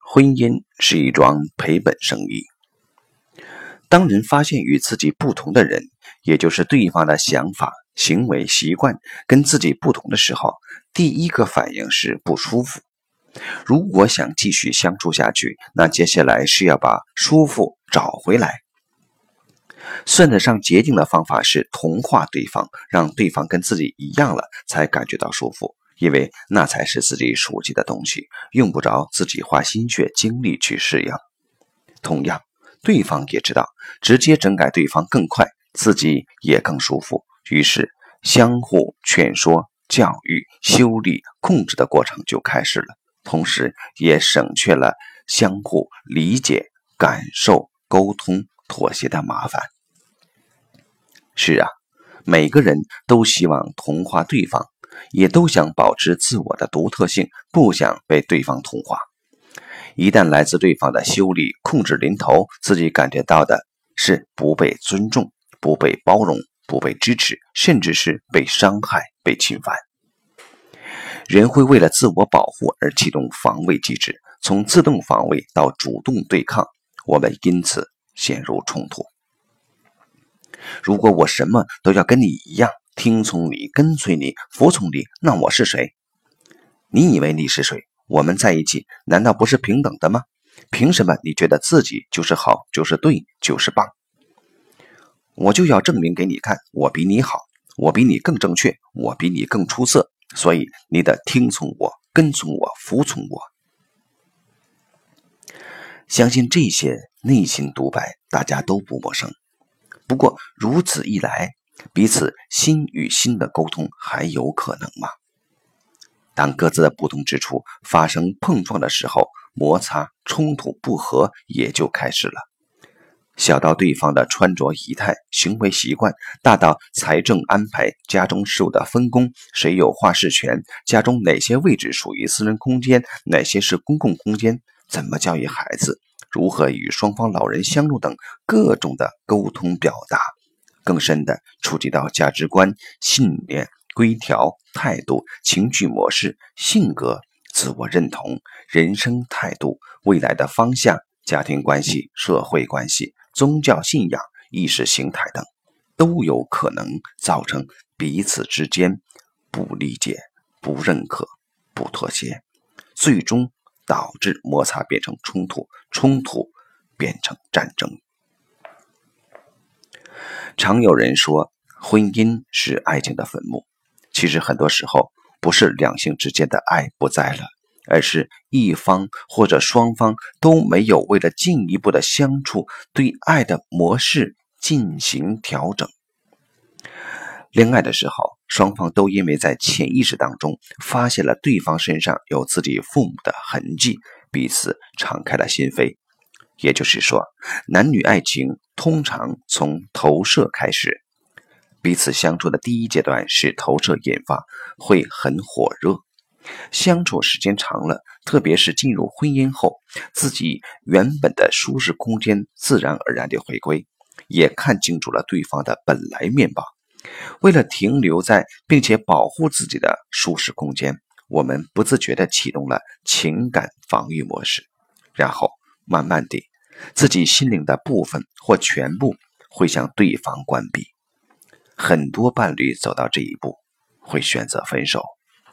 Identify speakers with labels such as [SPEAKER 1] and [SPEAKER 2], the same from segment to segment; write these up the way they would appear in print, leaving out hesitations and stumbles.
[SPEAKER 1] 婚姻是一桩赔本生意。当人发现与自己不同的人，也就是对方的想法、行为、习惯跟自己不同的时候，第一个反应是不舒服。如果想继续相处下去，那接下来是要把舒服找回来。算得上捷径的方法是同化对方，让对方跟自己一样了，才感觉到舒服。因为那才是自己熟悉的东西，用不着自己花心血精力去适应。同样，对方也知道，直接整改对方更快，自己也更舒服。于是，相互劝说、教育、修理、控制的过程就开始了，同时也省却了相互理解、感受、沟通、妥协的麻烦。是啊，每个人都希望同化对方，也都想保持自我的独特性，不想被对方同化。一旦来自对方的修理、控制临头，自己感觉到的是不被尊重、不被包容、不被支持，甚至是被伤害、被侵犯。人会为了自我保护而启动防卫机制，从自动防卫到主动对抗，我们因此陷入冲突。如果我什么都要跟你一样，听从你、跟随你、服从你，那我是谁？你以为你是谁？我们在一起难道不是平等的吗？凭什么你觉得自己就是好，就是对，就是棒？我就要证明给你看，我比你好，我比你更正确，我比你更出色，所以你得听从我、跟从我、服从我。相信这些内心独白大家都不陌生。不过如此一来，彼此心与心的沟通还有可能吗？当各自的不同之处发生碰撞的时候，摩擦、冲突、不和也就开始了。小到对方的穿着仪态、行为习惯，大到财政安排、家中事务的分工，谁有话事权，家中哪些位置属于私人空间，哪些是公共空间，怎么教育孩子，如何与双方老人相处等各种的沟通表达，更深的触及到价值观、信念、规条、态度、情绪模式、性格、自我认同、人生态度、未来的方向、家庭关系、社会关系、宗教信仰、意识形态等，都有可能造成彼此之间不理解、不认可、不妥协，最终导致摩擦变成冲突，冲突变成战争。常有人说，婚姻是爱情的坟墓。其实很多时候不是两性之间的爱不在了，而是一方或者双方都没有为了进一步的相处，对爱的模式进行调整。恋爱的时候，双方都因为在潜意识当中发现了对方身上有自己父母的痕迹，彼此敞开了心扉。也就是说，男女爱情通常从投射开始，彼此相处的第一阶段是投射引发，会很火热。相处时间长了，特别是进入婚姻后，自己原本的舒适空间自然而然地回归，也看清楚了对方的本来面貌。为了停留在并且保护自己的舒适空间，我们不自觉地启动了情感防御模式，然后慢慢地，自己心灵的部分或全部会向对方关闭。很多伴侣走到这一步，会选择分手。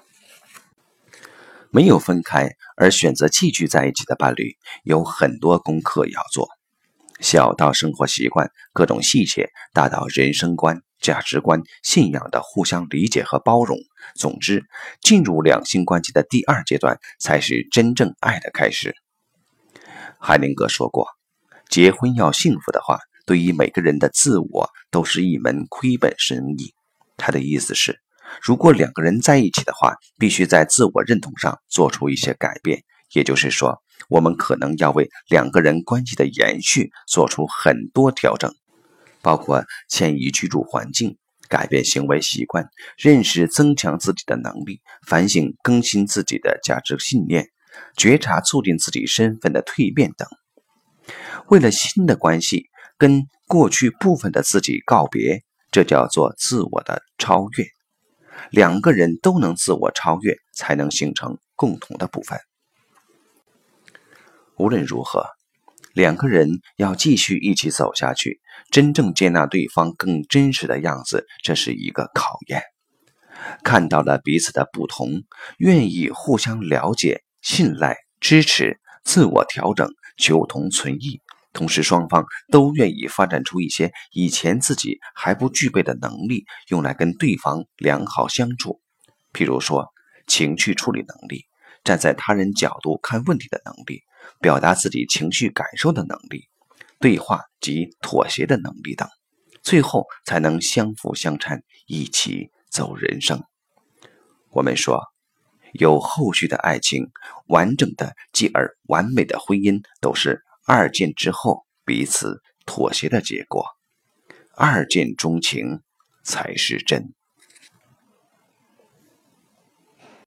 [SPEAKER 1] 没有分开而选择继续在一起的伴侣，有很多功课要做，小到生活习惯、各种细节，大到人生观、价值观、信仰的互相理解和包容。总之，进入两性关系的第二阶段，才是真正爱的开始。海灵格说过，结婚要幸福的话，对于每个人的自我都是一门亏本生意。他的意思是，如果两个人在一起的话，必须在自我认同上做出一些改变。也就是说，我们可能要为两个人关系的延续做出很多调整，包括迁移居住环境、改变行为习惯、认识增强自己的能力、反省更新自己的价值信念、觉察促进自己身份的蜕变等。为了新的关系，跟过去部分的自己告别，这叫做自我的超越。两个人都能自我超越，才能形成共同的部分。 无论如何，两个人要继续一起走下去，真正接纳对方更真实的样子，这是一个考验。看到了彼此的不同，愿意互相了解、信赖、支持、自我调整、求同存异，同时双方都愿意发展出一些以前自己还不具备的能力，用来跟对方良好相处。譬如说，情绪处理能力，站在他人角度看问题的能力，表达自己情绪感受的能力，对话及妥协的能力等，最后才能相辅相成，一起走人生。我们说，有后续的爱情，完整的继而完美的婚姻，都是二见之后彼此妥协的结果。二见钟情才是真。